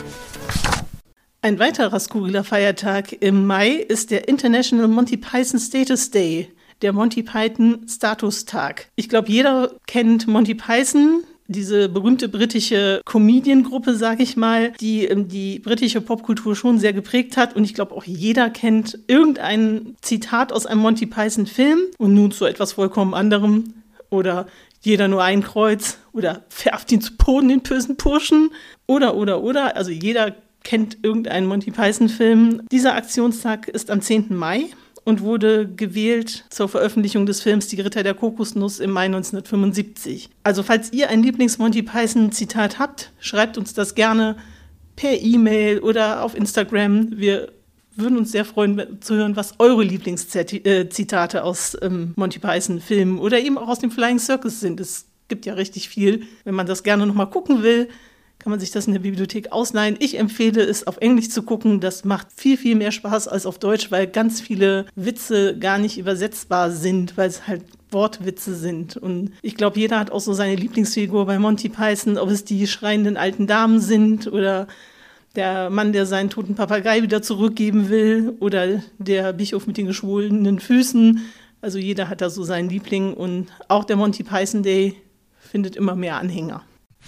Ein weiterer skurriler Feiertag im Mai ist der International Monty Python Status Day, der Monty Python Statustag. Ich glaube, jeder kennt Monty Python, diese berühmte britische Comedian-Gruppe, sage ich mal, die die britische Popkultur schon sehr geprägt hat. Und ich glaube, auch jeder kennt irgendein Zitat aus einem Monty Python-Film und nun zu etwas vollkommen anderem. Oder jeder nur ein Kreuz oder werft ihn zu Boden, den bösen Burschen. Oder. Also jeder kennt irgendeinen Monty Python-Film. Dieser Aktionstag ist am 10. Mai und wurde gewählt zur Veröffentlichung des Films Die Ritter der Kokosnuss im Mai 1975. Also falls ihr ein Lieblings-Monty Python-Zitat habt, schreibt uns das gerne per E-Mail oder auf Instagram. Wir würden uns sehr freuen zu hören, was eure Lieblingszitate aus Monty Python-Filmen oder eben auch aus dem Flying Circus sind. Es gibt ja richtig viel. Wenn man das gerne nochmal gucken will, kann man sich das in der Bibliothek ausleihen. Ich empfehle es, auf Englisch zu gucken. Das macht viel, viel mehr Spaß als auf Deutsch, weil ganz viele Witze gar nicht übersetzbar sind, weil es halt Wortwitze sind. Und ich glaube, jeder hat auch so seine Lieblingsfigur bei Monty Python, ob es die schreienden alten Damen sind oder der Mann, der seinen toten Papagei wieder zurückgeben will oder der Bischof mit den geschwollenen Füßen. Also jeder hat da so seinen Liebling und auch der Monty Python Day findet immer mehr Anhänger.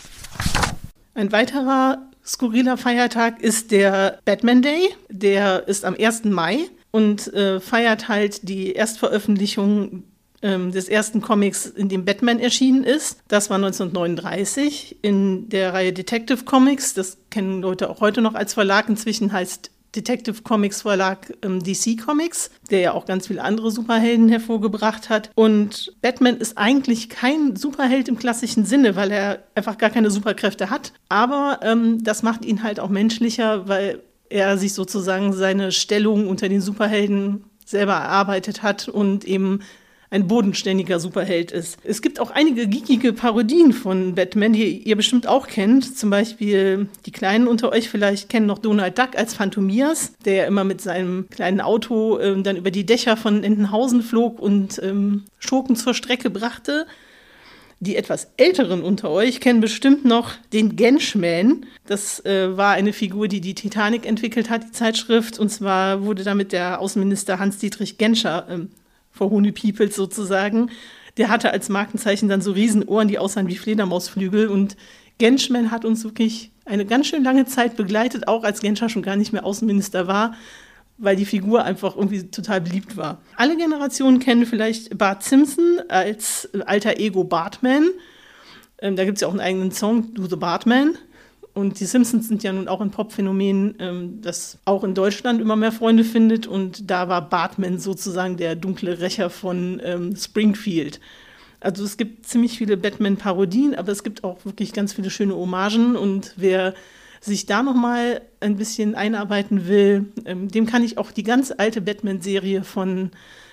Ein weiterer skurriler Feiertag ist der Batman Day. Der ist am 1. Mai und feiert halt die Erstveröffentlichung des ersten Comics, in dem Batman erschienen ist. Das war 1939 in der Reihe Detective Comics. Das kennen Leute auch heute noch als Verlag. Inzwischen heißt Detective Comics Verlag DC Comics, der ja auch ganz viele andere Superhelden hervorgebracht hat. Und Batman ist eigentlich kein Superheld im klassischen Sinne, weil er einfach gar keine Superkräfte hat. Aber das macht ihn halt auch menschlicher, weil er sich sozusagen seine Stellung unter den Superhelden selber erarbeitet hat und eben ein bodenständiger Superheld ist. Es gibt auch einige geekige Parodien von Batman, die ihr bestimmt auch kennt. Zum Beispiel die Kleinen unter euch vielleicht kennen noch Donald Duck als Phantomias, der immer mit seinem kleinen Auto dann über die Dächer von Entenhausen flog und Schurken zur Strecke brachte. Die etwas Älteren unter euch kennen bestimmt noch den Genschman. Das war eine Figur, die die Titanic entwickelt hat, die Zeitschrift. Und zwar wurde damit der Außenminister Hans-Dietrich Genscher verhohnepiepelt sozusagen. Der hatte als Markenzeichen dann so Riesenohren, die aussahen wie Fledermausflügel. Und Genschman hat uns wirklich eine ganz schön lange Zeit begleitet, auch als Genscher schon gar nicht mehr Außenminister war, weil die Figur einfach irgendwie total beliebt war. Alle Generationen kennen vielleicht Bart Simpson als alter Ego Bartman. Da gibt es ja auch einen eigenen Song, Do the Bartman. Und die Simpsons sind ja nun auch ein Popphänomen, das auch in Deutschland immer mehr Freunde findet. Und da war Bartman sozusagen der dunkle Rächer von Springfield. Also es gibt ziemlich viele Batman-Parodien, aber es gibt auch wirklich ganz viele schöne Hommagen. Und wer sich da nochmal ein bisschen einarbeiten will, dem kann ich auch die ganz alte Batman-Serie von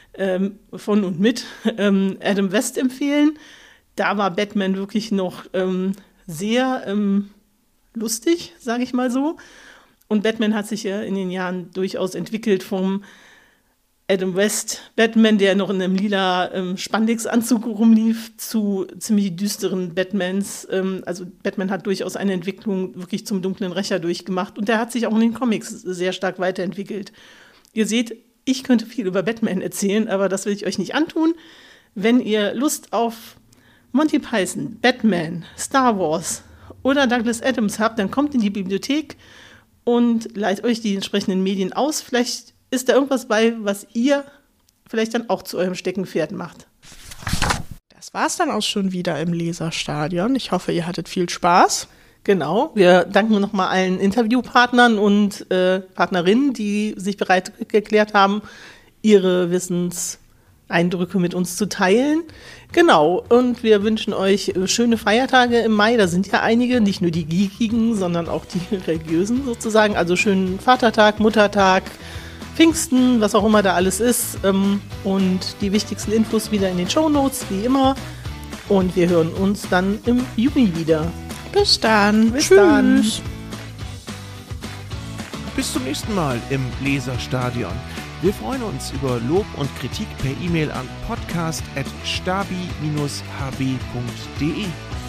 und mit Adam West empfehlen. Da war Batman wirklich noch sehr lustig, sage ich mal so. Und Batman hat sich ja in den Jahren durchaus entwickelt vom Adam West Batman, der noch in einem lila Spandex-Anzug rumlief, zu ziemlich düsteren Batmans. Also Batman hat durchaus eine Entwicklung wirklich zum dunklen Rächer durchgemacht. Und der hat sich auch in den Comics sehr stark weiterentwickelt. Ihr seht, ich könnte viel über Batman erzählen, aber das will ich euch nicht antun. Wenn ihr Lust auf Monty Python, Batman, Star Wars oder Douglas Adams habt, dann kommt in die Bibliothek und leiht euch die entsprechenden Medien aus. Vielleicht ist da irgendwas bei, was ihr vielleicht dann auch zu eurem Steckenpferd macht.
Das war's dann auch schon wieder im Leserstadion. Ich hoffe, ihr hattet viel Spaß.
Genau, wir danken nochmal allen Interviewpartnern und Partnerinnen, die sich bereit erklärt haben, ihre Wissenseindrücke mit uns zu teilen. Genau, und wir wünschen euch schöne Feiertage im Mai. Da sind ja einige, nicht nur die geekigen, sondern auch die religiösen sozusagen. Also schönen Vatertag, Muttertag, Pfingsten, was auch immer da alles ist. Und die wichtigsten Infos wieder in den Shownotes, wie immer. Und wir hören uns dann im Juni wieder.
Bis dann.
Bis dann.
Bis zum nächsten Mal im Leserstadion. Wir freuen uns über Lob und Kritik per E-Mail an podcast@stabi-hb.de.